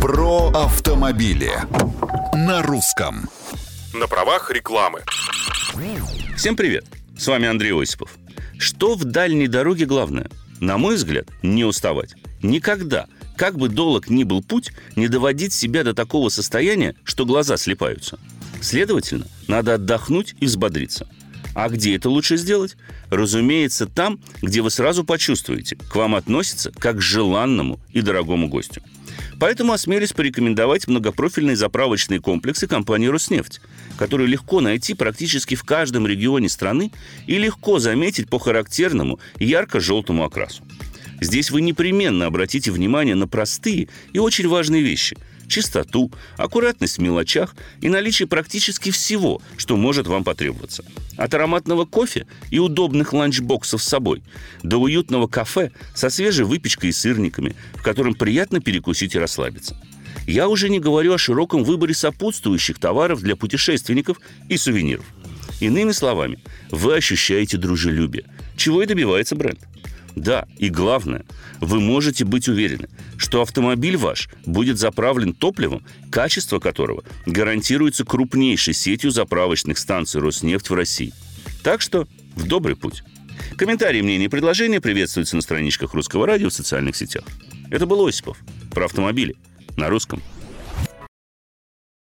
Про автомобили на русском. На правах рекламы. Всем привет, с вами Андрей Осипов. Что в дальней дороге главное? На мой взгляд, не уставать. Никогда, как бы долг ни был путь, не доводить себя до такого состояния, что глаза слипаются. Следовательно, надо отдохнуть и взбодриться. А где это лучше сделать? Разумеется, там, где вы сразу почувствуете, к вам относятся как к желанному и дорогому гостю. Поэтому осмелюсь порекомендовать многопрофильные заправочные комплексы компании «Роснефть», которые легко найти практически в каждом регионе страны и легко заметить по характерному ярко-желтому окрасу. Здесь вы непременно обратите внимание на простые и очень важные вещи – чистоту, аккуратность в мелочах и наличие практически всего, что может вам потребоваться. От ароматного кофе и удобных ланчбоксов с собой до уютного кафе со свежей выпечкой и сырниками, в котором приятно перекусить и расслабиться. Я уже не говорю о широком выборе сопутствующих товаров для путешественников и сувениров. Иными словами, вы ощущаете дружелюбие, чего и добивается бренд. Да, и главное, вы можете быть уверены, что автомобиль ваш будет заправлен топливом, качество которого гарантируется крупнейшей сетью заправочных станций «Роснефть» в России. Так что в добрый путь. Комментарии, мнения и предложения приветствуются на страничках Русского радио в социальных сетях. Это был Осипов про автомобили на русском.